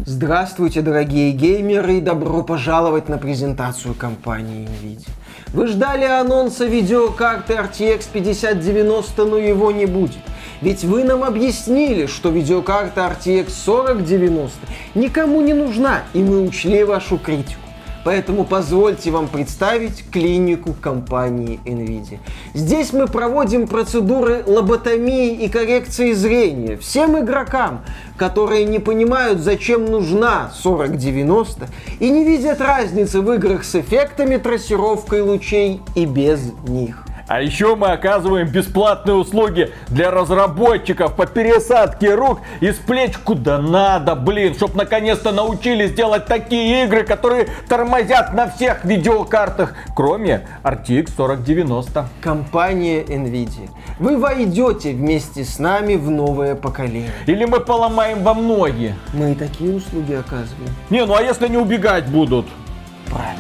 Здравствуйте, дорогие геймеры, и добро пожаловать на презентацию компании NVIDIA. Вы ждали анонса видеокарты RTX 5090, но его не будет. Ведь вы нам объяснили, что видеокарта RTX 4090 никому не нужна, и мы учли вашу критику. Поэтому позвольте вам представить клинику компании NVIDIA. Здесь мы проводим процедуры лоботомии и коррекции зрения всем игрокам, которые не понимают, зачем нужна 4090 и не видят разницы в играх с эффектами, трассировкой лучей и без них. А еще мы оказываем бесплатные услуги для разработчиков по пересадке рук из плеч куда надо, чтоб наконец-то научились делать такие игры, которые тормозят на всех видеокартах, кроме RTX 4090. Компания NVIDIA. Вы войдете вместе с нами в новое поколение. Или мы поломаем вам ноги. Мы и такие услуги оказываем. Не, ну а если они убегать будут? Правильно.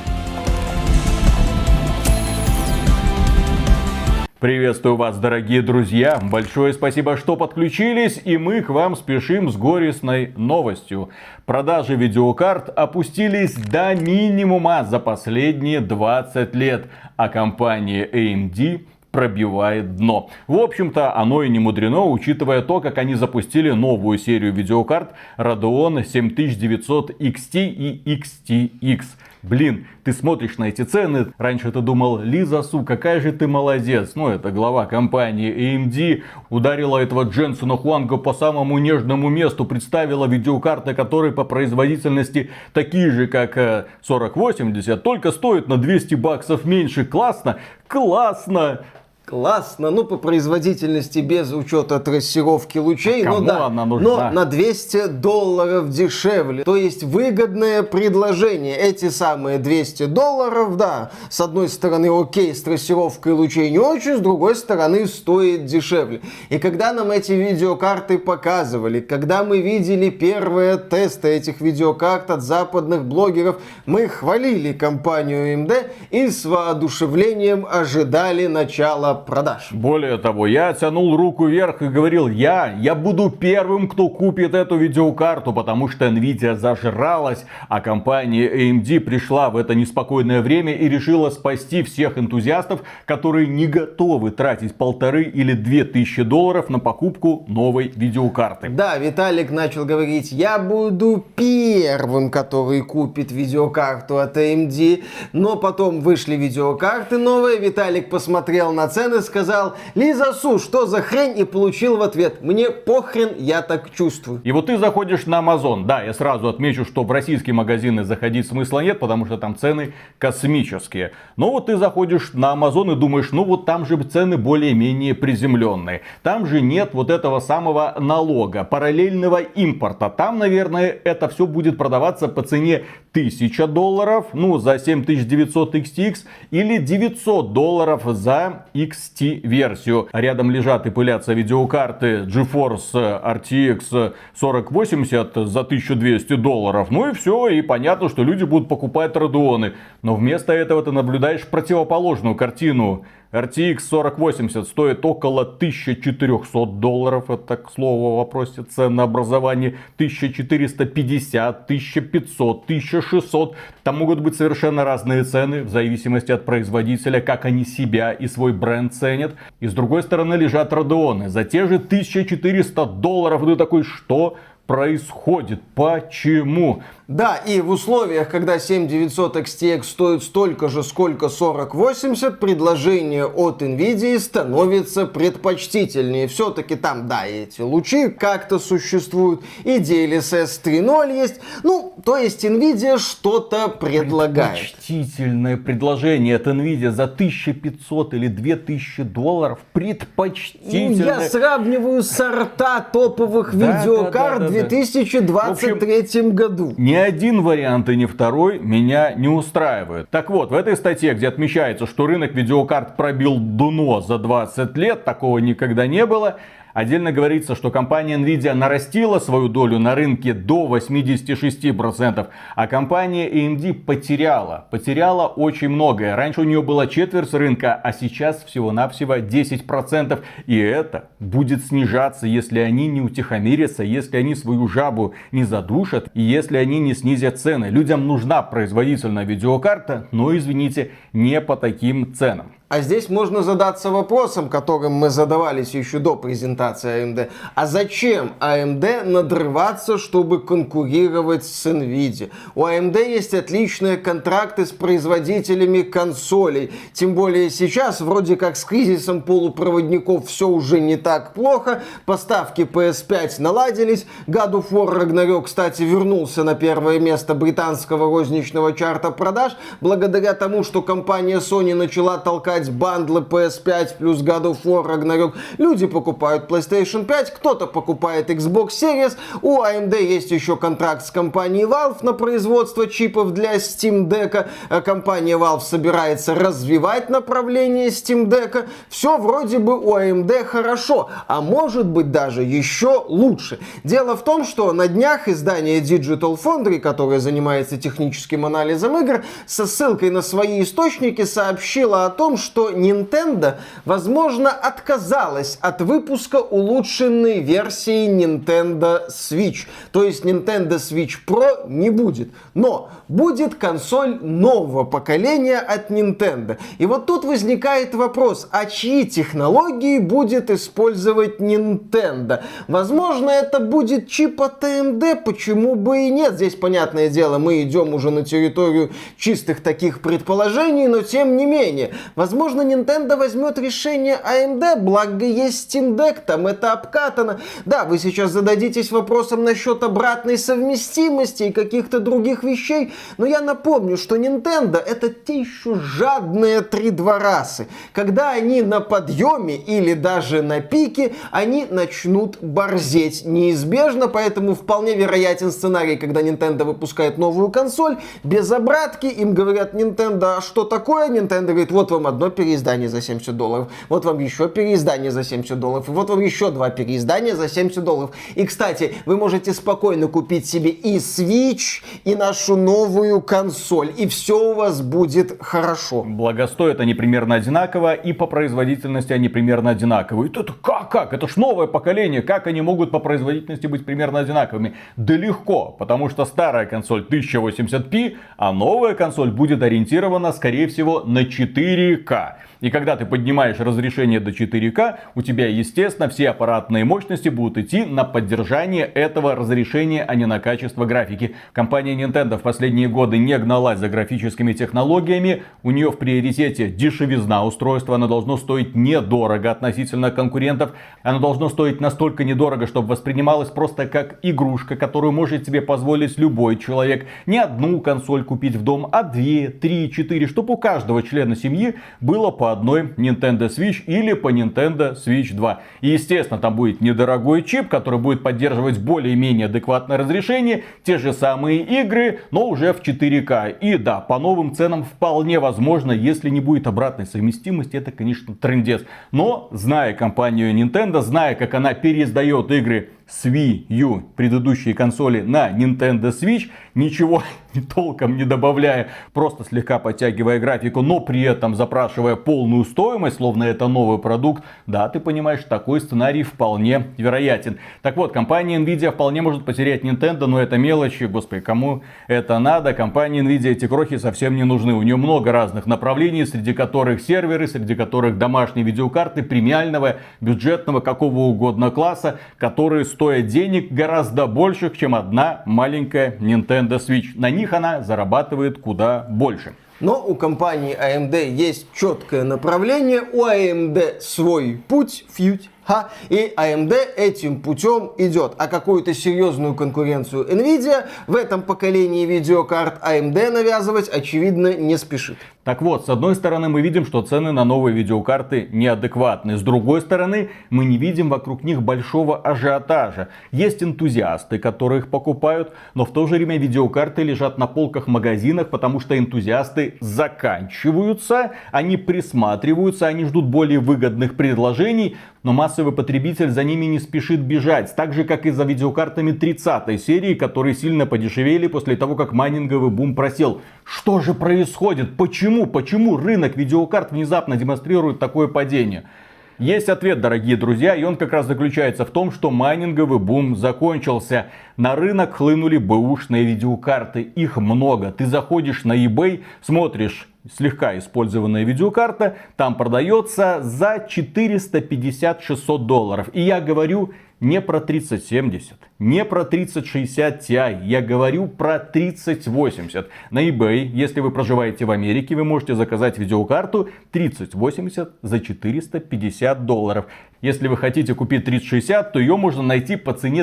Приветствую вас, дорогие друзья. Большое спасибо, что подключились, и мы к вам спешим с горестной новостью. Продажи видеокарт опустились до минимума за последние 20 лет, а компания AMD пробивает дно. В общем-то, оно и не мудрено, учитывая то, как они запустили новую серию видеокарт Radeon 7900 XT и XTX. Блин, ты смотришь на эти цены, раньше ты думал, Лиза Су, какая же ты молодец. Ну, это глава компании AMD, ударила этого Дженсена Хуанга по самому нежному месту, представила видеокарты, которые по производительности такие же, как 4080, только стоят на $200 меньше. Классно? Классно! Классно, ну по производительности без учета трассировки лучей, кому да, она нужна? Но на $200 дешевле. То есть выгодное предложение. Эти самые $200, да, с одной стороны окей, с трассировкой лучей не очень, с другой стороны стоит дешевле. И когда нам эти видеокарты показывали, когда мы видели первые тесты этих видеокарт от западных блогеров, мы хвалили компанию AMD и с воодушевлением ожидали начала продаж. Более того, я тянул руку вверх и говорил, я буду первым, кто купит эту видеокарту, потому что Nvidia зажралась, а компания AMD пришла в это неспокойное время и решила спасти всех энтузиастов, которые не готовы тратить $1500 или $2000 на покупку новой видеокарты. Да, Виталик начал говорить, я буду первым, который купит видеокарту от AMD, но потом вышли видеокарты новые, Виталик посмотрел на цены, сказал, Лиза Су, что за хрень, и получил в ответ, мне похрен, я так чувствую. И вот ты заходишь на Amazon, да, я сразу отмечу, что в российские магазины заходить смысла нет, потому что там цены космические. Но вот ты заходишь на Amazon и думаешь, ну вот там же цены более-менее приземленные. Там же нет вот этого самого налога, параллельного импорта. Там, наверное, это все будет продаваться по цене $1000, ну за 7900 XTX, или $900 за XT-версию. Рядом лежат и пылятся видеокарты GeForce RTX 4080 за $1200. Ну и все, и понятно, что люди будут покупать Radeon. Но вместо этого ты наблюдаешь противоположную картину. RTX 4080 стоит около $1400. Это, к слову, в вопросе ценообразования. 1450, 1500, 1600. Там могут быть совершенно разные цены, в зависимости от производителя, как они себя и свой бренд ценят. И с другой стороны лежат Radeon за те же $1400. Ты такой, что происходит? Почему? Да, и в условиях, когда 7900 XTX стоит столько же, сколько 4080, предложение от NVIDIA становится предпочтительнее. Все-таки там, да, эти лучи как-то существуют, и DLSS 3.0 есть. Ну, то есть NVIDIA что-то предлагает. Предпочтительное предложение от NVIDIA за $1500 или $2000. Предпочтительное. Я сравниваю сорта топовых видеокарт в 2023 году. Ни один вариант и ни второй меня не устраивает. Так вот, в этой статье, где отмечается, что рынок видеокарт пробил дно за 20 лет, такого никогда не было, Отдельно говорится, что компания Nvidia нарастила свою долю на рынке до 86%, а компания AMD потеряла очень многое. Раньше у нее было четверть рынка, а сейчас всего-навсего 10%. И это будет снижаться, если они не утихомирятся, если они свою жабу не задушат и если они не снизят цены. Людям нужна производительная видеокарта, но, извините, не по таким ценам. А здесь можно задаться вопросом, которым мы задавались еще до презентации AMD. А зачем AMD надрываться, чтобы конкурировать с Nvidia? У AMD есть отличные контракты с производителями консолей. Тем более сейчас, вроде как с кризисом полупроводников все уже не так плохо. Поставки PS5 наладились. God of War Ragnarok, кстати, вернулся на первое место британского розничного чарта продаж. Благодаря тому, что компания Sony начала толкать бандлы PS5 плюс God of War Ragnarok. Люди покупают PlayStation 5, кто-то покупает Xbox Series. У AMD есть еще контракт с компанией Valve на производство чипов для Steam Deck. Компания Valve собирается развивать направление Steam Deck. Все вроде бы у AMD хорошо, а может быть даже еще лучше. Дело в том, что на днях издание Digital Foundry, которое занимается техническим анализом игр, со ссылкой на свои источники сообщило о том, что Nintendo, возможно, отказалась от выпуска улучшенной версии Nintendo Switch. То есть Nintendo Switch Pro не будет. Но будет консоль нового поколения от Nintendo. И вот тут возникает вопрос, а чьи технологии будет использовать Nintendo? Возможно, это будет чип от AMD, почему бы и нет? Здесь, понятное дело, мы идем уже на территорию чистых таких предположений, но тем не менее. Возможно, Nintendo возьмет решение AMD, благо есть Steam Deck, там это обкатано. Да, вы сейчас зададитесь вопросом насчет обратной совместимости и каких-то других вещей, но я напомню, что Nintendo это те еще жадные три дворасы. Когда они на подъеме или даже на пике, они начнут борзеть неизбежно, поэтому вполне вероятен сценарий, когда Nintendo выпускает новую консоль, без обратки, им говорят: Nintendo, а что такое? Nintendo говорит: вот вам одно переиздание за $70, вот вам еще переиздание за $70, и вот вам еще 2 переиздания за $70. И, кстати, вы можете спокойно купить себе и Switch, и нашу новую консоль, и все у вас будет хорошо. Благо стоят они примерно одинаково, и по производительности они примерно одинаковые. Это как? Это ж новое поколение, как они могут по производительности быть примерно одинаковыми? Да легко, потому что старая консоль 1080p, а новая консоль будет ориентирована, скорее всего, на 4К. И когда ты поднимаешь разрешение до 4К, у тебя, естественно, все аппаратные мощности будут идти на поддержание этого разрешения, а не на качество графики. Компания Nintendo в последние годы не гналась за графическими технологиями. У нее в приоритете дешевизна устройства. Оно должно стоить недорого относительно конкурентов. Оно должно стоить настолько недорого, чтобы воспринималось просто как игрушка, которую может себе позволить любой человек. Не одну консоль купить в дом, а 2, 3, 4, чтобы у каждого члена семьи было по одной Nintendo Switch или по Nintendo Switch 2. И, естественно, там будет недорогой чип, который будет поддерживать более-менее адекватное разрешение, те же самые игры, но уже в 4К. И да, по новым ценам вполне возможно, если не будет обратной совместимости, это, конечно, трындец. Но, зная компанию Nintendo, зная, как она переиздает игры с Wii U, предыдущие консоли, на Nintendo Switch, ничего толком не добавляя, просто слегка подтягивая графику, но при этом запрашивая полную стоимость, словно это новый продукт, да, ты понимаешь, такой сценарий вполне вероятен. Так вот, компания Nvidia вполне может потерять Nintendo, но это мелочи, господи, кому это надо? Компании Nvidia эти крохи совсем не нужны. У нее много разных направлений, среди которых серверы, среди которых домашние видеокарты премиального, бюджетного, какого угодно класса, которые стоят денег гораздо больше, чем одна маленькая Nintendo Switch. На них она зарабатывает куда больше. Но у компании AMD есть четкое направление, у AMD свой путь, и AMD этим путем идет. А какую-то серьезную конкуренцию Nvidia в этом поколении видеокарт AMD навязывать, очевидно, не спешит. Так вот, с одной стороны мы видим, что цены на новые видеокарты неадекватны. С другой стороны, мы не видим вокруг них большого ажиотажа. Есть энтузиасты, которые их покупают, но в то же время видеокарты лежат на полках в магазинах, потому что энтузиасты заканчиваются, они присматриваются, они ждут более выгодных предложений. Но массовый потребитель за ними не спешит бежать. Так же, как и за видеокартами 30-й серии, которые сильно подешевели после того, как майнинговый бум просел. Что же происходит? Почему? Почему рынок видеокарт внезапно демонстрирует такое падение? Есть ответ, дорогие друзья, и он как раз заключается в том, что майнинговый бум закончился. На рынок хлынули бэушные видеокарты. Их много. Ты заходишь на eBay, смотришь слегка использованная видеокарта, там продается за 450-600 долларов. И я говорю не про 3070, не про 3060 Ti, я говорю про 3080. На eBay, если вы проживаете в Америке, вы можете заказать видеокарту 3080 за 450 долларов. Если вы хотите купить 3060, то ее можно найти по цене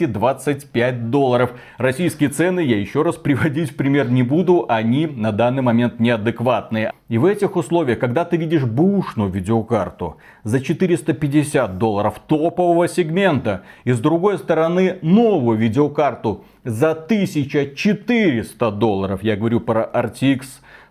225 долларов. Российские цены я еще раз приводить в пример не буду, они на данный момент неадекватные. И в этих условиях, когда ты видишь бэушную видеокарту за 450 долларов топового сегмента, и с другой стороны новую видеокарту за 1400 долларов, я говорю про RTX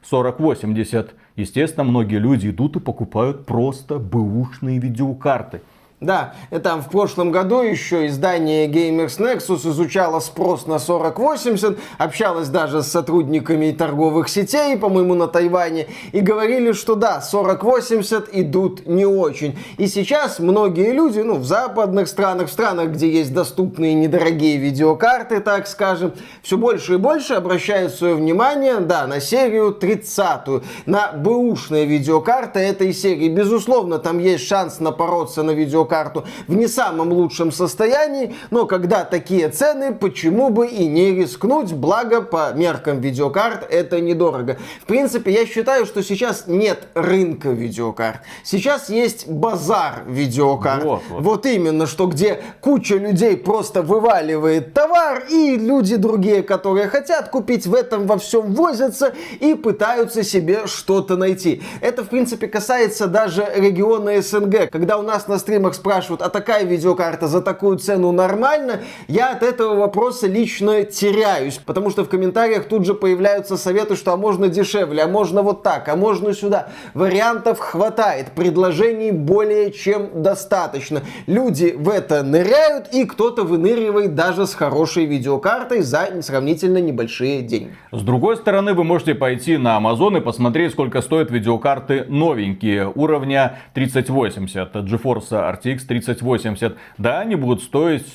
4080, естественно, многие люди идут и покупают просто бэушные видеокарты. Да, и там в прошлом году еще издание Gamers Nexus изучало спрос на 4080, общалось даже с сотрудниками торговых сетей, по-моему, на Тайване, и говорили, что да, 4080 идут не очень. И сейчас многие люди, в западных странах, в странах, где есть доступные недорогие видеокарты, так скажем, все больше и больше обращают свое внимание, да, на серию 30-ю, на бэушные видеокарты этой серии. Безусловно, там есть шанс напороться на видеокарту в не самом лучшем состоянии, но когда такие цены, почему бы и не рискнуть, благо по меркам видеокарт это недорого. В принципе, я считаю, что сейчас нет рынка видеокарт, сейчас есть базар видеокарт. Вот именно, что где куча людей просто вываливает товар, и люди другие, которые хотят купить, в этом во всем возятся и пытаются себе что-то найти. Это, в принципе, касается даже региона СНГ, когда у нас на стримах спрашивают, а такая видеокарта за такую цену нормально, я от этого вопроса лично теряюсь, потому что в комментариях тут же появляются советы, что а можно дешевле, а можно вот так, а можно сюда. Вариантов хватает, предложений более чем достаточно. Люди в это ныряют, и кто-то выныривает даже с хорошей видеокартой за сравнительно небольшие деньги. С другой стороны, вы можете пойти на Amazon и посмотреть, сколько стоят видеокарты новенькие уровня 3080 от GeForce RTX 3080. Да, они будут стоить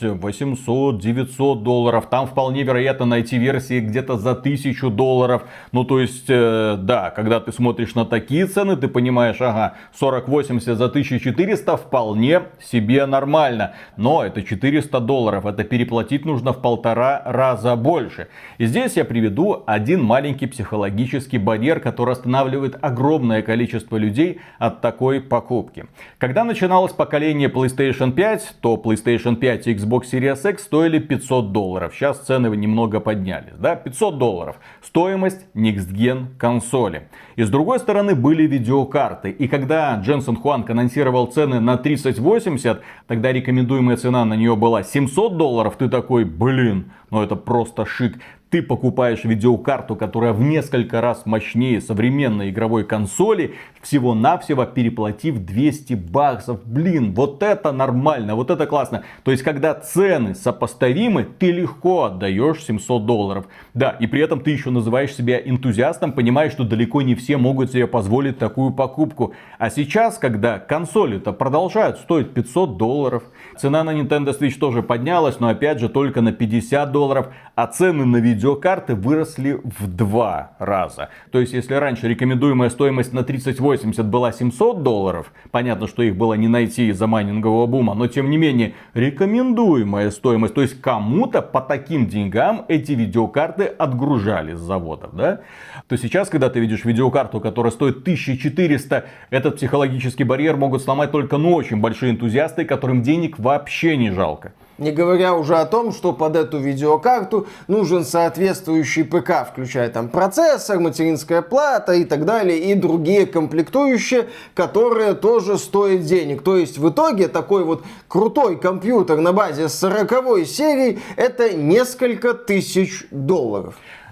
800-900 долларов. Там вполне вероятно найти версии где-то за 1000 долларов. Ну, то есть, да, когда ты смотришь на такие цены, ты понимаешь, ага, 4080 за 1400 вполне себе нормально. Но это 400 долларов. Это переплатить нужно в 1,5 раза больше. И здесь я приведу один маленький психологический барьер, который останавливает огромное количество людей от такой покупки. Когда начиналось поколение PlayStation 5, то PlayStation 5 и Xbox Series X стоили 500 долларов. Сейчас цены немного поднялись. Да? 500 долларов. Стоимость Next Gen консоли. И с другой стороны были видеокарты. И когда Jensen Huang анонсировал цены на 3080, тогда рекомендуемая цена на нее была 700 долларов. Ты такой, блин, ну это просто шик. Ты покупаешь видеокарту, которая в несколько раз мощнее современной игровой консоли, всего-навсего переплатив 200 баксов. Блин, вот это нормально, вот это классно. То есть, когда цены сопоставимы, ты легко отдаешь 700 долларов. Да, и при этом ты еще называешь себя энтузиастом, понимаешь, что далеко не все могут себе позволить такую покупку. А сейчас, когда консоли-то продолжают стоить 500 долларов, цена на Nintendo Switch тоже поднялась, но опять же только на 50 долларов, а цены на видеокарты выросли в 2 раза. То есть, если раньше рекомендуемая стоимость на 3080 была 700 долларов, понятно, что их было не найти из-за майнингового бума, но тем не менее, рекомендуемая стоимость, то есть кому-то по таким деньгам эти видеокарты отгружали с заводов, да? То сейчас, когда ты видишь видеокарту, которая стоит 1400, этот психологический барьер могут сломать только, очень большие энтузиасты, которым денег вообще не жалко. Не говоря уже о том, что под эту видеокарту нужен соответствующий ПК, включая там процессор, материнская плата и так далее, и другие комплектующие, которые тоже стоят денег. То есть в итоге такой вот крутой компьютер на базе 40-й серии это несколько тысяч долларов.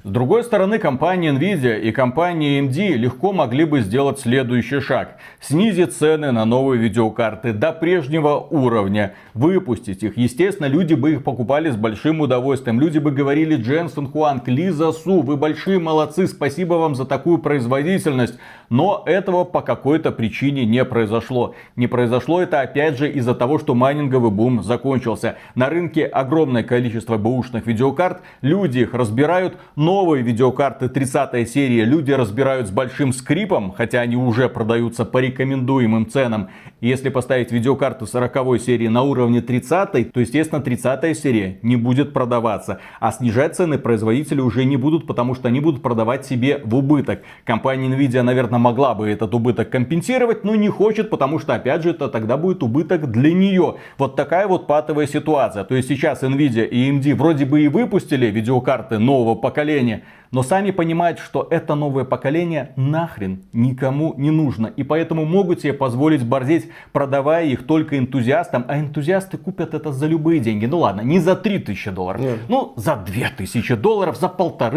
С другой стороны, компания Nvidia и компания AMD легко могли бы сделать следующий шаг. Снизить цены на новые видеокарты до прежнего уровня. Выпустить их. Естественно, люди бы их покупали с большим удовольствием. Люди бы говорили: Дженсен Хуанг, Лиза Су, вы большие молодцы, спасибо вам за такую производительность. Но этого по какой-то причине не произошло. Не произошло это опять же из-за того, что майнинговый бум закончился. На рынке огромное количество бэушных видеокарт. Люди их разбирают. Новые видеокарты 30-й серии люди разбирают с большим скрипом. Хотя они уже продаются по рекомендуемым ценам. И если поставить видеокарту 40-й серии на уровне 30-й, то естественно 30-я серия не будет продаваться. А снижать цены производители уже не будут, потому что они будут продавать себе в убыток. Компания Nvidia, наверное, могла бы этот убыток компенсировать, но не хочет, потому что, опять же, это тогда будет убыток для нее. Вот такая вот патовая ситуация. То есть сейчас Nvidia и AMD вроде бы и выпустили видеокарты нового поколения, но сами понимают, что это новое поколение нахрен никому не нужно. И поэтому могут себе позволить борзеть, продавая их только энтузиастам. А энтузиасты купят это за любые деньги. Ну ладно, не за $3000. Нет. Ну, за $2000, за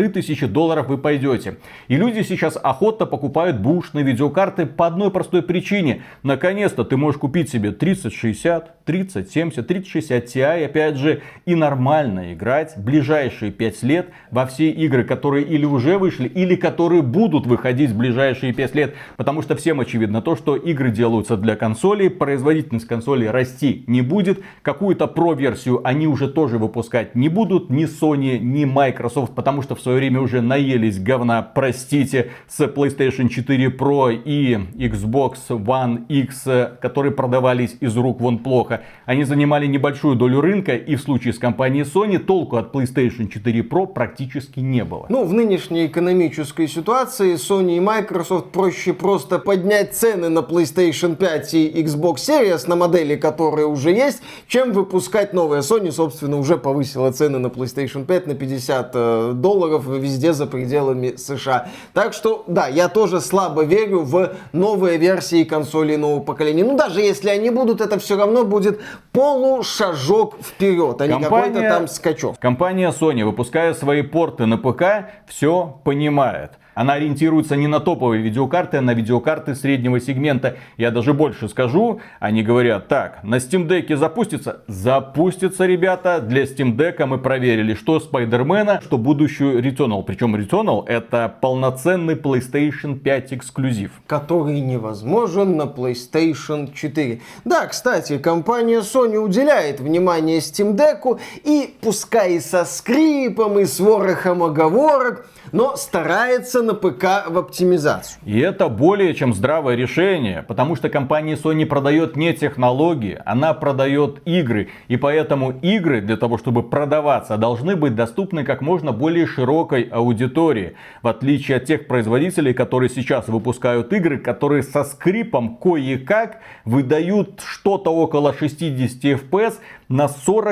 $1500 вы пойдете. И люди сейчас охотно покупают бэушные видеокарты по одной простой причине. Наконец-то ты можешь купить себе 3060, 3070, 3060 Ti, опять же, и нормально играть ближайшие 5 лет во все игры, которые или уже вышли, или которые будут выходить в ближайшие 5 лет. Потому что всем очевидно то, что игры делаются для консолей, производительность консолей расти не будет. Какую-то Pro-версию они уже тоже выпускать не будут, ни Sony, ни Microsoft, потому что в свое время уже наелись говна, простите, с PlayStation 4 Pro и Xbox One X, которые продавались из рук вон плохо. Они занимали небольшую долю рынка, и в случае с компанией Sony толку от PlayStation 4 Pro практически не было. Ну, в нынешней экономической ситуации Sony и Microsoft проще просто поднять цены на PlayStation 5 и Xbox Series на модели, которые уже есть, чем выпускать новые. Sony, собственно, уже повысила цены на PlayStation 5 на $50 везде за пределами США. Так что, да, я тоже слабо верю в новые версии консолей нового поколения. Ну, даже если они будут, это все равно будет полушажок вперед, а не какой-то там скачок. Компания Sony, выпуская свои порты на ПК, все понимает. Она ориентируется не на топовые видеокарты, а на видеокарты среднего сегмента. Я даже больше скажу. Они говорят: так, на Steam Deck запустится? Запустится, ребята. Для Steam Deck мы проверили, что Spider-Man, что будущую Returnal. Причем Returnal — это полноценный PlayStation 5 эксклюзив. Который невозможен на PlayStation 4. Да, кстати, компания Sony уделяет внимание Steam Deck. И пускай и со скрипом, и с ворохом оговорок, но старается на ПК в оптимизацию. И это более чем здравое решение, потому что компания Sony продает не технологии, она продает игры. И поэтому игры, для того чтобы продаваться, должны быть доступны как можно более широкой аудитории. В отличие от тех производителей, которые сейчас выпускают игры, которые со скрипом кое-как выдают что-то около 60 FPS на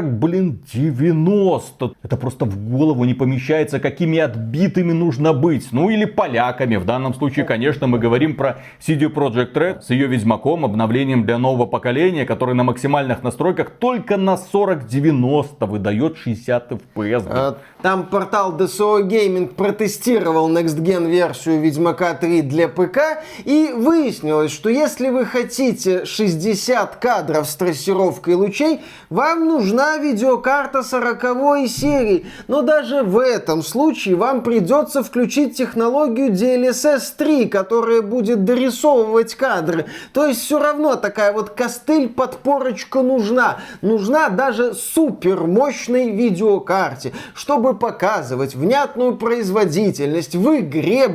90. Это просто в голову не помещается, какими отбитыми нужно быть. Ну или поляками. В данном случае, конечно, мы говорим про CD Projekt Red с ее Ведьмаком, обновлением для нового поколения, который на максимальных настройках только на 4090 выдает 60 FPS. Там портал DSO Gaming протестировал Next Gen версию Ведьмака 3 для ПК, и выяснилось, что если вы хотите 60 кадров с трассировкой лучей, вам нужна видеокарта 40-й серии. Но даже в этом случае вам придется включить технологию DLSS 3, которая будет дорисовывать кадры. То есть все равно такая вот костыль-подпорочка нужна. Нужна даже супер мощной видеокарте, чтобы показывать внятную производительность в игре,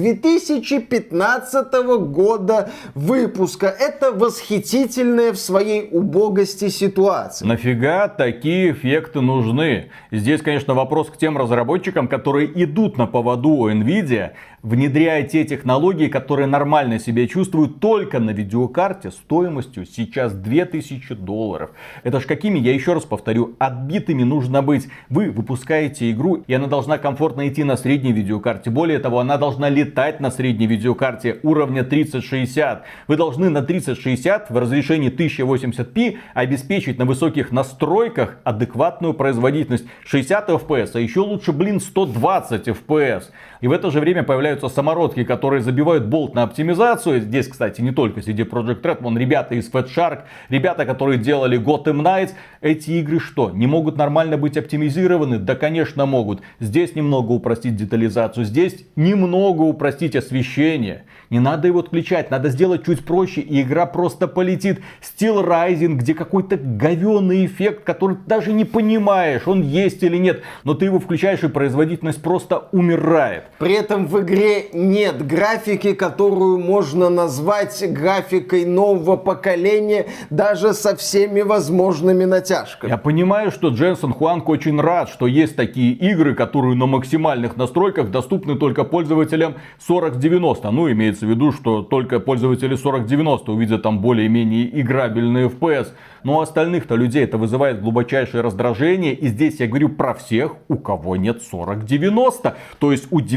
2015 года выпуска. Это восхитительная в своей убогости ситуация. Нафига такие эффекты нужны? Здесь, конечно, вопрос к тем разработчикам, которые идут на поводу у Nvidia. внедряя те технологии, которые нормально себя чувствуют только на видеокарте стоимостью сейчас $2000. Это ж какими, я еще раз повторю, отбитыми нужно быть. Вы выпускаете игру, и она должна комфортно идти на средней видеокарте. Более того, она должна летать на средней видеокарте уровня 3060. Вы должны на 3060 в разрешении 1080p обеспечить на высоких настройках адекватную производительность 60 FPS, а еще лучше, 120 FPS. И в это же время появляются самородки, которые забивают болт на оптимизацию. Здесь, кстати, не только CD Projekt Red, вон ребята из Fat Shark, ребята, которые делали Gotham Knights. Эти игры что, не могут нормально быть оптимизированы? Да, конечно, могут. Здесь немного упростить детализацию, здесь немного упростить освещение. Не надо его отключать, надо сделать чуть проще, и игра просто полетит. Steel Rising, где какой-то говёный эффект, который ты даже не понимаешь, он есть или нет. Но ты его включаешь, и производительность просто умирает. При этом в игре нет графики, которую можно назвать графикой нового поколения, даже со всеми возможными натяжками. Я понимаю, что Дженсен Хуанг очень рад, что есть такие игры, которые на максимальных настройках доступны только пользователям 4090. Ну, имеется в виду, что только пользователи 4090 увидят там более-менее играбельные FPS. Но у остальных-то людей это вызывает глубочайшее раздражение. И здесь я говорю про всех, у кого нет 4090. То есть у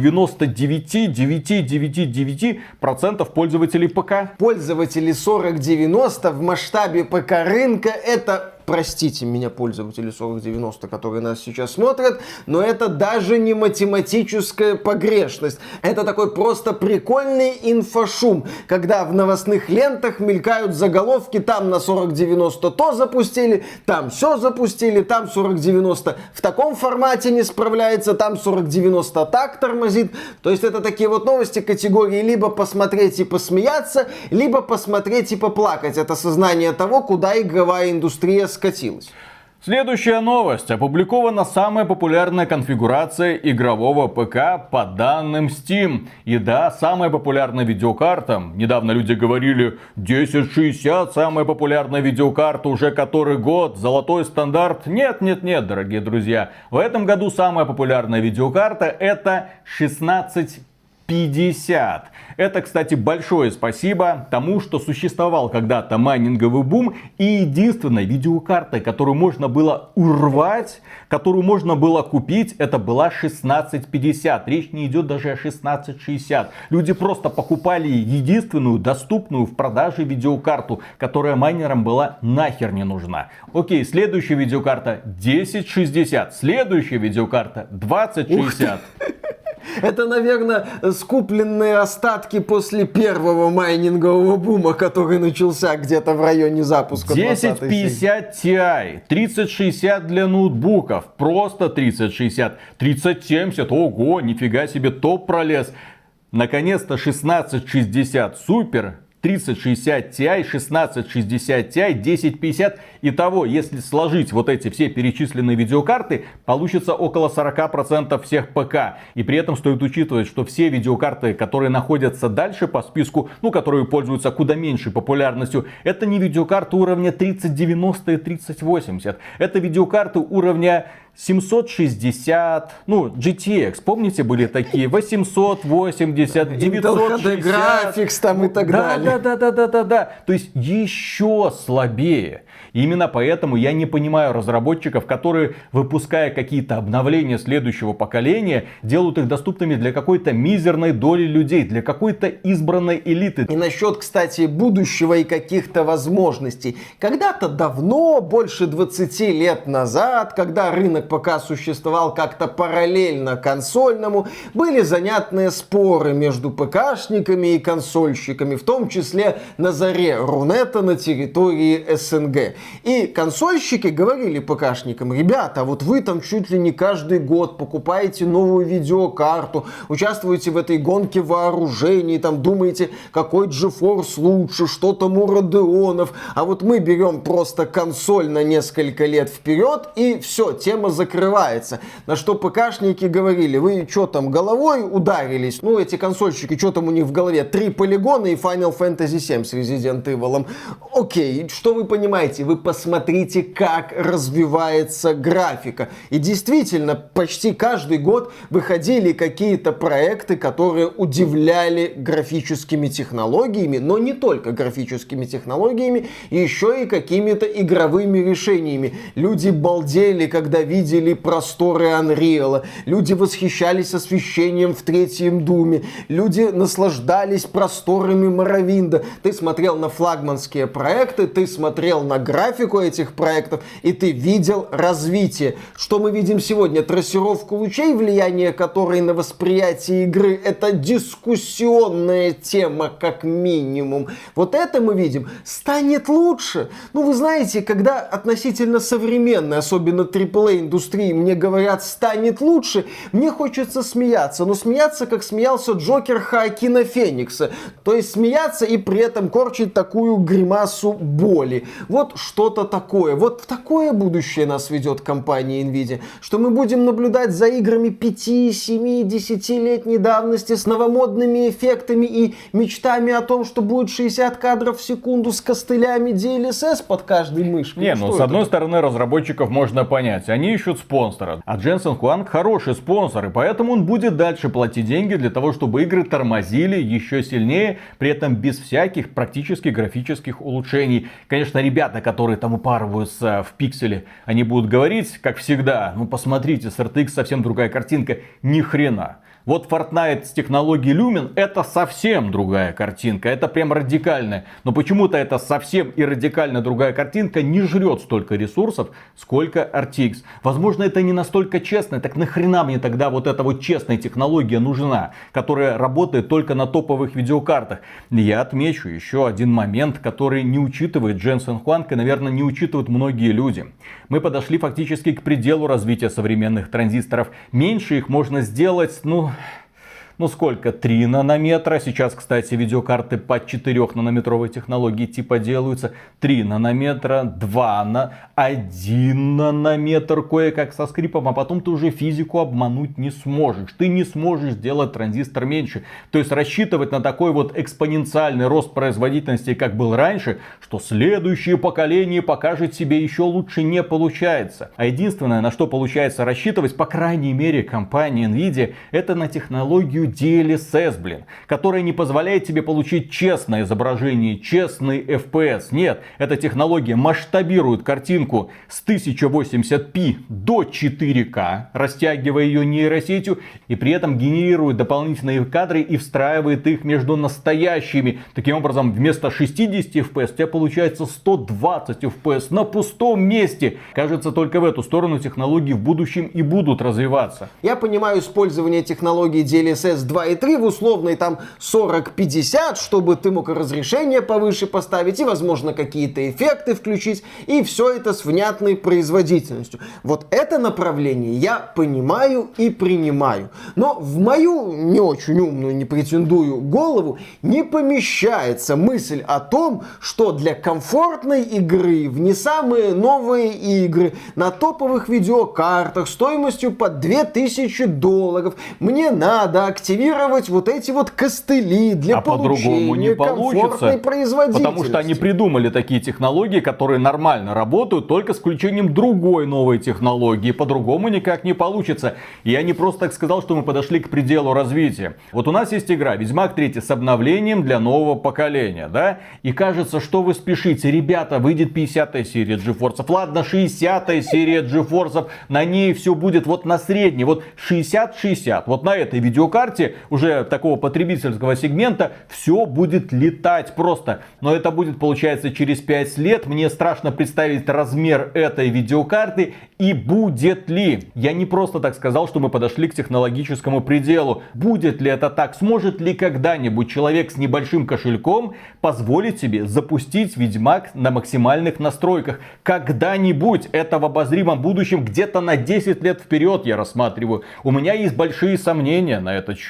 99,999% пользователей ПК. Пользователи 4090 в масштабе ПК рынка — это... Простите меня, пользователи 4090, которые нас сейчас смотрят, но это даже не математическая погрешность. Это такой просто прикольный инфошум, когда в новостных лентах мелькают заголовки: там на 4090 то запустили, там все запустили, там 4090 в таком формате не справляется, там 4090 так тормозит. То есть это такие вот новости категории либо посмотреть и посмеяться, либо посмотреть и поплакать. Это сознание того, куда игровая индустрия скатилась. Следующая новость. Опубликована самая популярная конфигурация игрового ПК по данным Steam. И да, самая популярная видеокарта. Недавно люди говорили, 1060 самая популярная видеокарта уже который год, золотой стандарт. Нет, дорогие друзья. В этом году самая популярная видеокарта это 1650. Это, кстати, большое спасибо тому, что существовал когда-то майнинговый бум, и единственной видеокартой, которую можно было урвать, которую можно было купить, это была 1650. Речь не идет даже о 1660. Люди просто покупали единственную доступную в продаже видеокарту, которая майнерам была нахер не нужна. Окей, следующая видеокарта 1060, следующая видеокарта 2060. Это, наверное, скупленные остатки после первого майнингового бума, который начался где-то в районе запуска 1050 Ti, 3060 для ноутбуков, просто 3060, 3070, ого, нифига себе, топ пролез. Наконец-то 1660 Super, 3060 Ti, 1660 Ti, 1050. Итого, если сложить вот эти все перечисленные видеокарты, получится около 40% всех ПК. И при этом стоит учитывать, что все видеокарты, которые находятся дальше по списку, которые пользуются куда меньшей популярностью, это не видеокарты уровня 3090 и 3080. Это видеокарты уровня 760, GTX, помните, были такие 880, 960. Graphics там и так далее. Да. То есть еще слабее. И именно поэтому я не понимаю разработчиков, которые, выпуская какие-то обновления следующего поколения, делают их доступными для какой-то мизерной доли людей, для какой-то избранной элиты. И насчет, кстати, будущего и каких-то возможностей. Когда-то давно, больше 20 лет назад, когда рынок ПК существовал как-то параллельно консольному, были занятные споры между ПКшниками и консольщиками, в том числе на заре Рунета на территории СНГ. И консольщики говорили ПКшникам: ребята, вот вы там чуть ли не каждый год покупаете новую видеокарту, участвуете в этой гонке вооружений, там думаете, какой GeForce лучше, что там у Radeon'ов, а вот мы берем просто консоль на несколько лет вперед, и все, тема закрывается. На что ПКшники говорили: вы что там, головой ударились? Ну, эти консольщики, что там у них в голове? 3 полигона и Final Fantasy 7 с Resident Evil. Окей, что вы понимаете? Вы посмотрите, как развивается графика. И действительно, почти каждый год выходили какие-то проекты, которые удивляли графическими технологиями, но не только графическими технологиями, еще и какими-то игровыми решениями. Люди балдели, когда видели просторы Unreal. Люди восхищались освещением в третьем Думе. Люди наслаждались просторами Моровинда. Ты смотрел на флагманские проекты, ты смотрел на графику этих проектов, и ты видел развитие. Что мы видим сегодня? Трассировку лучей, влияние которой на восприятие игры — это дискуссионная тема, как минимум. Вот это мы видим. Станет лучше. Ну, вы знаете, когда относительно современной, особенно AAA индустрии, мне говорят «станет лучше», мне хочется смеяться. Но смеяться, как смеялся Джокер Хоакина Феникса. То есть смеяться и при этом корчить такую гримасу боли. Вот что-то такое. Вот в такое будущее нас ведет компания Nvidia, что мы будем наблюдать за играми 5, 7, 10-летней давности с новомодными эффектами и мечтами о том, что будет 60 кадров в секунду с костылями DLSS под каждой мышкой. Не, ну с одной стороны, разработчиков можно понять. Они ищут спонсора. А Дженсен Хуанг хороший спонсор, и поэтому он будет дальше платить деньги для того, чтобы игры тормозили еще сильнее, при этом без всяких практически графических улучшений. Конечно, ребята, которые там упарываются в пикселе, они будут говорить, как всегда: ну посмотрите, с RTX совсем другая картинка. Ни хрена. Вот Fortnite с технологией Lumen — это совсем другая картинка, это прям радикальная. Но почему-то эта совсем и радикально другая картинка не жрет столько ресурсов, сколько RTX. Возможно, это не настолько честно, так нахрена мне тогда вот эта вот честная технология нужна, которая работает только на топовых видеокартах? Я отмечу еще один момент, который не учитывает Дженсен Хуанг и, наверное, не учитывают многие люди. Мы подошли фактически к пределу развития современных транзисторов. Меньше их можно сделать, ну сколько? 3 нанометра. Сейчас, кстати, видеокарты по 4-нанометровой технологии типа делаются. 3 нанометра, 1 нанометр кое-как со скрипом. А потом ты уже физику обмануть не сможешь. Ты не сможешь сделать транзистор меньше. То есть рассчитывать на такой вот экспоненциальный рост производительности, как был раньше, что следующее поколение покажет себе еще лучше, не получается. А единственное, на что получается рассчитывать, по крайней мере, компания Nvidia, это на технологию DLSS, которая не позволяет тебе получить честное изображение, честный FPS. Нет, эта технология масштабирует картинку с 1080p до 4К, растягивая ее нейросетью, и при этом генерирует дополнительные кадры и встраивает их между настоящими. Таким образом, вместо 60 FPS у тебя получается 120 FPS на пустом месте. Кажется, только в эту сторону технологии в будущем и будут развиваться. Я понимаю использование технологии DLSS 2 и 3 в условной там 40-50, чтобы ты мог разрешение повыше поставить и, возможно, какие-то эффекты включить, и все это с внятной производительностью. Вот это направление я понимаю и принимаю. Но в мою не очень умную, не претендую голову не помещается мысль о том, что для комфортной игры в не самые новые игры на топовых видеокартах стоимостью под $2000 мне надо активировать вот эти вот костыли для получения комфортной производительности. Потому что они придумали такие технологии, которые нормально работают, только с включением другой новой технологии. По-другому никак не получится. Я не просто так сказал, что мы подошли к пределу развития. Вот у нас есть игра Ведьмак 3 с обновлением для нового поколения, да? И кажется, что вы спешите. Ребята, выйдет 50-я серия GeForce. Ладно, 60-я серия GeForce. На ней все будет вот на средней. Вот 60-60. Вот на этой видеокарте уже такого потребительского сегмента все будет летать просто. Но это будет, получается, через 5 лет. Мне страшно представить размер этой видеокарты и будет ли. Я не просто так сказал, что мы подошли к технологическому пределу. Будет ли это так? Сможет ли когда-нибудь человек с небольшим кошельком позволить себе запустить Ведьмак на максимальных настройках? Когда-нибудь, это в обозримом будущем, где-то на 10 лет вперед я рассматриваю. У меня есть большие сомнения на этот счет.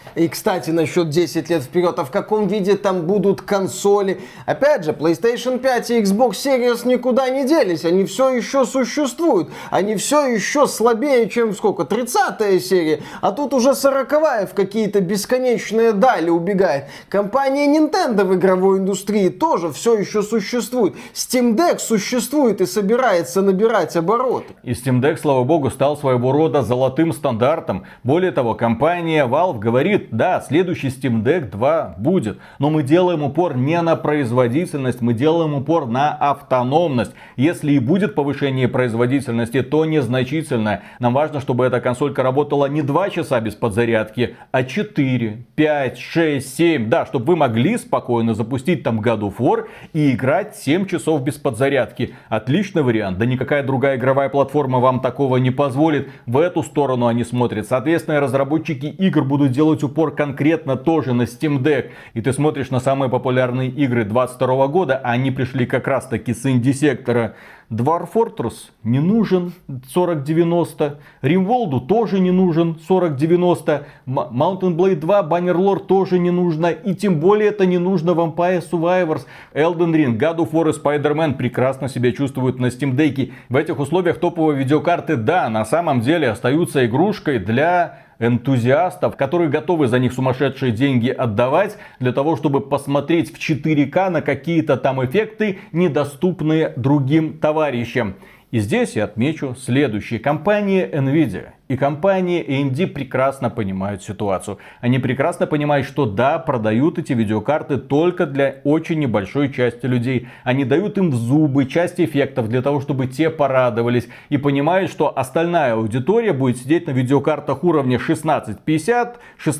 И, кстати, насчет 10 лет вперед, а в каком виде там будут консоли? Опять же, PlayStation 5 и Xbox Series никуда не делись, они все еще существуют. Они все еще слабее, чем сколько, 30-я серия, а тут уже 40-я в какие-то бесконечные дали убегает. Компания Nintendo в игровой индустрии тоже все еще существует. Steam Deck существует и собирается набирать обороты. И Steam Deck, слава богу, стал своего рода золотым стандартом. Более того, компания Valve говорит, да, следующий Steam Deck 2 будет, но мы делаем упор не на производительность, мы делаем упор на автономность. Если и будет повышение производительности, то незначительное. Нам важно, чтобы эта консолька работала не 2 часа без подзарядки, а 4, 5, 6, 7. Да, чтобы вы могли спокойно запустить там God of War и играть 7 часов без подзарядки. Отличный вариант. Да никакая другая игровая платформа вам такого не позволит. В эту сторону они смотрят. Соответственно, разработчики игр будут делать упор конкретно тоже на Steam Deck. И ты смотришь на самые популярные игры 22 года, а они пришли как раз таки с инди-сектора. Dwarf Fortress не нужен 4090, Rimworld тоже не нужен 4090, Mountain Blade 2 Bannerlord тоже не нужно, и тем более это не нужно Vampire Survivors, Elden Ring, God of War и Spider-Man прекрасно себя чувствуют на Steam Deck. В этих условиях топовые видеокарты, да, на самом деле остаются игрушкой для энтузиастов, которые готовы за них сумасшедшие деньги отдавать для того, чтобы посмотреть в 4К на какие-то там эффекты, недоступные другим товарищам. И здесь я отмечу следующее. Компания Nvidia и компания AMD прекрасно понимают ситуацию. Они прекрасно понимают, что да, продают эти видеокарты только для очень небольшой части людей. Они дают им в зубы часть эффектов для того, чтобы те порадовались. И понимают, что остальная аудитория будет сидеть на видеокартах уровня 1650,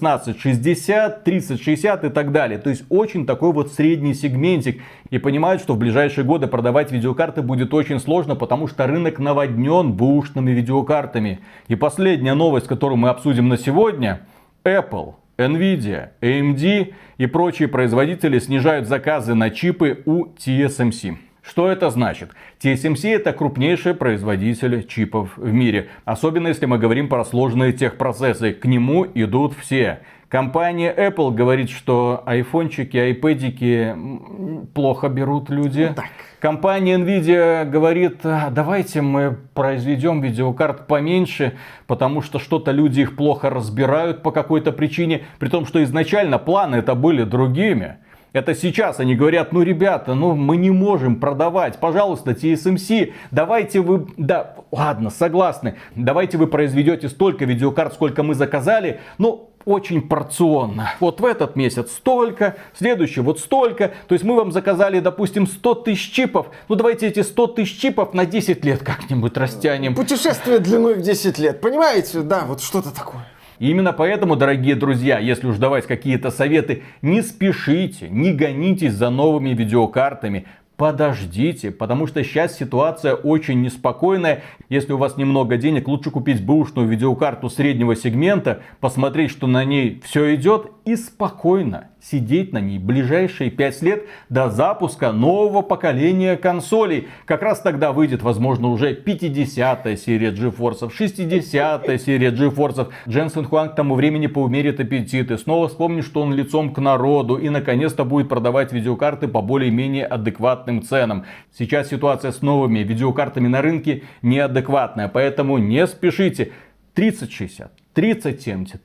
1660, 3060 и так далее. То есть очень такой вот средний сегментик. И понимают, что в ближайшие годы продавать видеокарты будет очень сложно, потому что рынок наводнен бэушными видеокартами. И последняя новость, которую мы обсудим на сегодня. Apple, Nvidia, AMD и прочие производители снижают заказы на чипы у TSMC. Что это значит? TSMC это крупнейший производитель чипов в мире. Особенно если мы говорим про сложные техпроцессы. К нему идут все. Компания Apple говорит, что айфончики, айпэдики плохо берут люди. Так. Компания Nvidia говорит, давайте мы произведем видеокарт поменьше, потому что что-то люди их плохо разбирают по какой-то причине. При том, что изначально планы это были другими. Это сейчас они говорят, ну ребята, ну мы не можем продавать, пожалуйста, TSMC, давайте вы, да, ладно, согласны, давайте вы произведете столько видеокарт, сколько мы заказали, но очень порционно. Вот в этот месяц столько, следующий вот столько. То есть мы вам заказали, допустим, 100 тысяч чипов. Ну давайте эти 100 тысяч чипов на 10 лет как-нибудь растянем. Путешествие длиной в 10 лет, понимаете? Да, вот что-то такое. И именно поэтому, дорогие друзья, если уж давать какие-то советы, не спешите, не гонитесь за новыми видеокартами. Подождите, потому что сейчас ситуация очень неспокойная. Если у вас немного денег, лучше купить бэушную видеокарту среднего сегмента, посмотреть, что на ней все идет, и спокойно сидеть на ней ближайшие 5 лет до запуска нового поколения консолей. Как раз тогда выйдет, возможно, уже 50-я серия GeForce, 60-я серия GeForce. Дженсен Хуанг к тому времени поумерит аппетиты, снова вспомнит, что он лицом к народу и наконец-то будет продавать видеокарты по более-менее адекватным ценам. Сейчас ситуация с новыми видеокартами на рынке неадекватная, поэтому не спешите. 3060, 3070.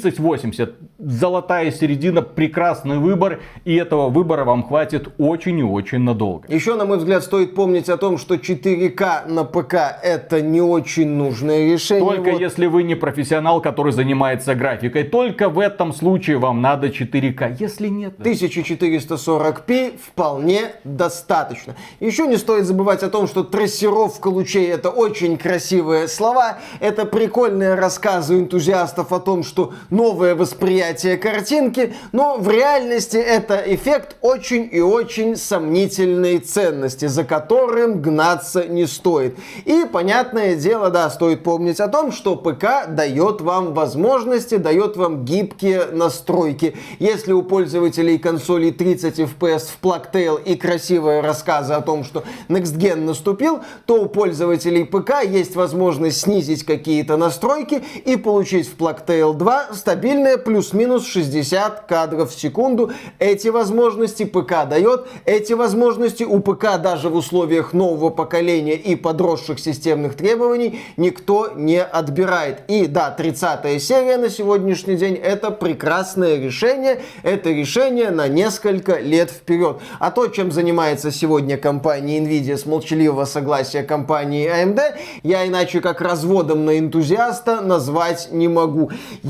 3080, золотая середина, прекрасный выбор, и этого выбора вам хватит очень и очень надолго. Еще, на мой взгляд, стоит помнить о том, что 4К на ПК это не очень нужное решение. Только если вы не профессионал, который занимается графикой, только в этом случае вам надо 4К, если нет. 1440p вполне достаточно. Еще не стоит забывать о том, что трассировка лучей это очень красивые слова, это прикольные рассказы энтузиастов о том, что новое восприятие картинки, но в реальности это эффект очень и очень сомнительной ценности, за которым гнаться не стоит. И, понятное дело, да, стоит помнить о том, что ПК дает вам возможности, дает вам гибкие настройки. Если у пользователей консолей 30 FPS в Plugtail и красивые рассказы о том, что Next Gen наступил, то у пользователей ПК есть возможность снизить какие-то настройки и получить в Plugtail 2 2 стабильные плюс-минус 60 кадров в секунду. Эти возможности ПК дает. Эти возможности у ПК даже в условиях нового поколения и подросших системных требований никто не отбирает. И да, 30-я серия на сегодняшний день это прекрасное решение. Это решение на несколько лет вперед. А то, чем занимается сегодня компания Nvidia с молчаливого согласия компании AMD, я иначе как разводом на энтузиаста назвать не могу.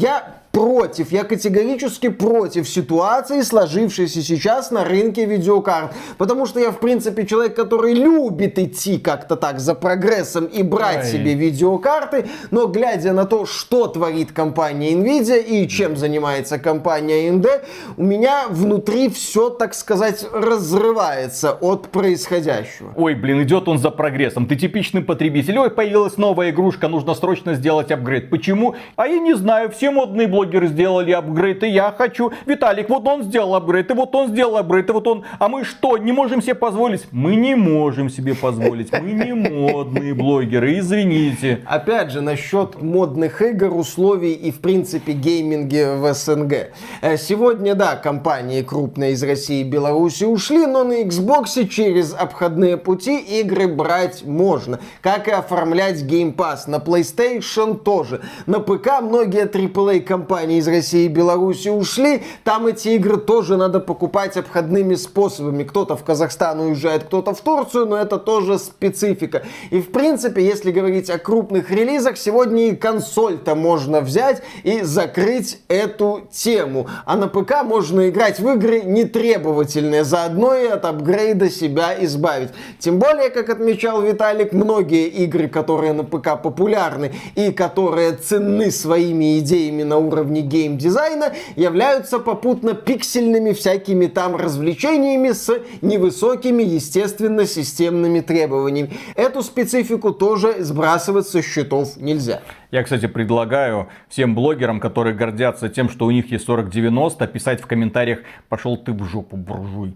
Я категорически против ситуации, сложившейся сейчас на рынке видеокарт. Потому что я, в принципе, человек, который любит идти как-то так за прогрессом и брать себе видеокарты. Но глядя на то, что творит компания Nvidia и чем занимается компания AMD, у меня внутри все, так сказать, разрывается от происходящего. Ой, блин, идет он за прогрессом. Ты типичный потребитель. Ой, появилась новая игрушка, нужно срочно сделать апгрейд. Почему? А я не знаю, все модные блогеры сделали апгрейд, и я хочу. Виталик, вот он сделал апгрейд, и вот он сделал апгрейд, и вот он. А мы что, не можем себе позволить? Мы не можем себе позволить. Мы не модные блогеры, извините. Опять же, насчет модных игр, условий и, в принципе, гейминге в СНГ. Сегодня, да, компании крупные из России и Беларуси ушли, но на Xbox через обходные пути игры брать можно. Как и оформлять Game Pass. На PlayStation тоже. На ПК многие AAA компании из России и Беларуси ушли. Там эти игры тоже надо покупать обходными способами. Кто-то в Казахстан уезжает, кто-то в Турцию, но это тоже специфика. И в принципе, если говорить о крупных релизах, сегодня и консоль-то можно взять и закрыть эту тему. А на ПК можно играть в игры нетребовательные, заодно и от апгрейда себя избавить. Тем более, как отмечал Виталик, многие игры, которые на ПК популярны и которые ценны своими идеями на уровне геймдизайна, являются попутно пиксельными всякими там развлечениями с невысокими, естественно, системными требованиями. Эту специфику тоже сбрасывать со счетов нельзя. Я, кстати, предлагаю всем блогерам, которые гордятся тем, что у них есть 4090, писать в комментариях: пошел ты в жопу, буржуй.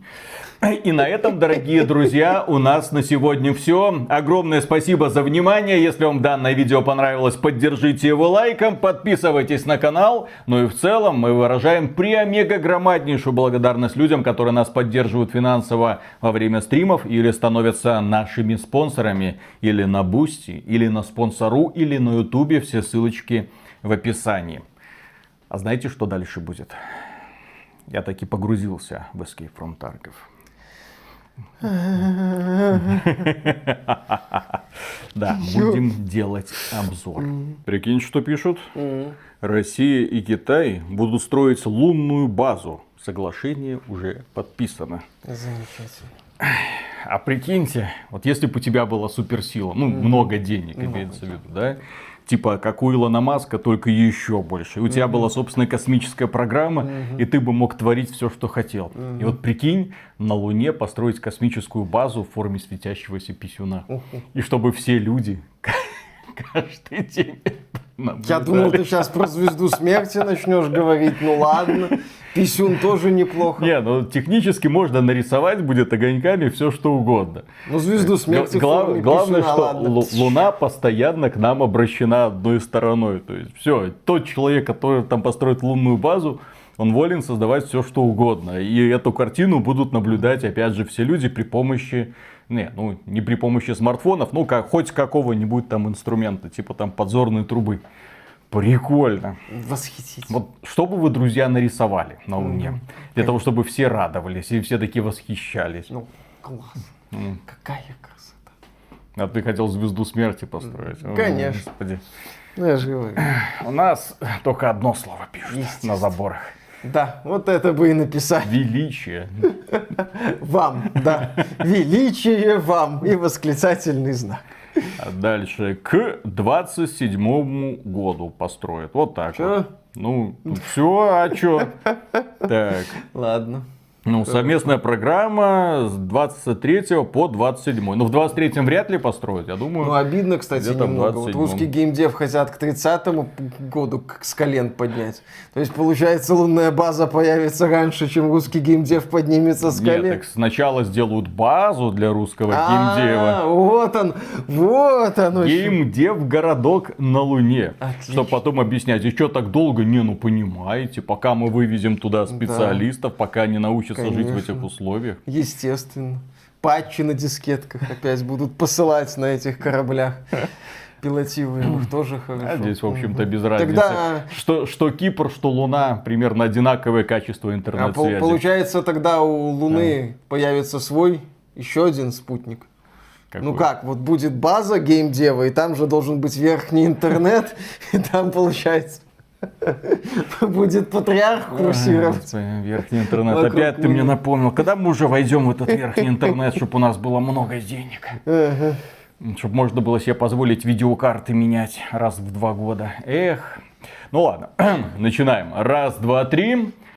И на этом, дорогие друзья, у нас на сегодня все. Огромное спасибо за внимание. Если вам данное видео понравилось, поддержите его лайком, подписывайтесь на канал. Ну и в целом мы выражаем преомега-громаднейшую благодарность людям, которые нас поддерживают финансово во время стримов или становятся нашими спонсорами. Или на Бусти, или на Спонсору, или на Ютубе. Все ссылочки в описании. А знаете, что дальше будет? Я таки погрузился в Escape from Tarkov. Да, будем делать обзор. Прикинь, что пишут? Россия и Китай будут строить лунную базу. Соглашение уже подписано. Замечательно. А прикиньте, вот если бы у тебя была суперсила, ну, много денег, имеется в виду, да? Типа, как у Илона Маска, только еще больше. И у тебя была собственная космическая программа, и ты бы мог творить все, что хотел. И вот прикинь, на Луне построить космическую базу в форме светящегося писюна. И чтобы все люди каждый день наблюдали. Я думал, ты сейчас про Звезду Смерти начнешь говорить. Ну ладно. Писюн тоже неплохо. Не, ну технически можно нарисовать будет огоньками все что угодно. Ну, Звезду Смерти Главное, писюна, что ладно. Луна постоянно к нам обращена одной стороной. То есть все, тот человек, который там построит лунную базу, он волен создавать все что угодно. И эту картину будут наблюдать, опять же, все люди при помощи... Не при помощи смартфонов, хоть какого-нибудь там инструмента, типа там подзорной трубы. Прикольно. Восхитительно. Вот что бы вы, друзья, нарисовали на Луне? Для того, чтобы все радовались и все такие восхищались. Ну, класс. Какая красота. А ты хотел Звезду Смерти построить? Конечно. Господи. Ну, я же говорю. У нас только одно слово пишут на заборах. Да, вот это бы и написать. Величие. Вам, да. Величие вам. И восклицательный знак. А дальше к 27-му году построят. Вот так Чё? вот. Ну, все, а чё? Так. Ладно. Ну, совместная программа с 23 по 27. Ну, в 23-м вряд ли построят, я думаю. Ну, обидно, кстати, где-то в немного. Вот 27-м. русский геймдев хотят к 30-му году с колен поднять. То есть, получается, лунная база появится раньше, чем русский геймдев поднимется с Нет, колен. так сначала сделают базу для русского геймдева. Вот он, вот он. Геймдев городок на Луне. Отлично. Чтобы потом объяснять, и что так долго? Не, ну понимаете, пока мы вывезем туда специалистов, пока они научатся жить в Конечно. этих условиях. Естественно. Патчи на дискетках опять будут посылать на этих кораблях пилотируемых. Тоже хорошо. А здесь, в общем-то, без разницы. Тогда... Что Кипр, что Луна, примерно одинаковое качество интернет-связи. Получается, тогда у Луны появится свой еще один спутник. Какой? Ну как, вот будет база геймдева, и там же должен быть верхний интернет, и там, получается, будет патриарх курсировать. Верхний интернет. Вокруг Опять ты мне Луны. напомнил. Когда мы уже войдем в этот верхний интернет, чтобы у нас было много денег? Чтобы можно было себе позволить видеокарты менять раз в 2 года. Эх. Ну ладно, начинаем. Раз, два, три.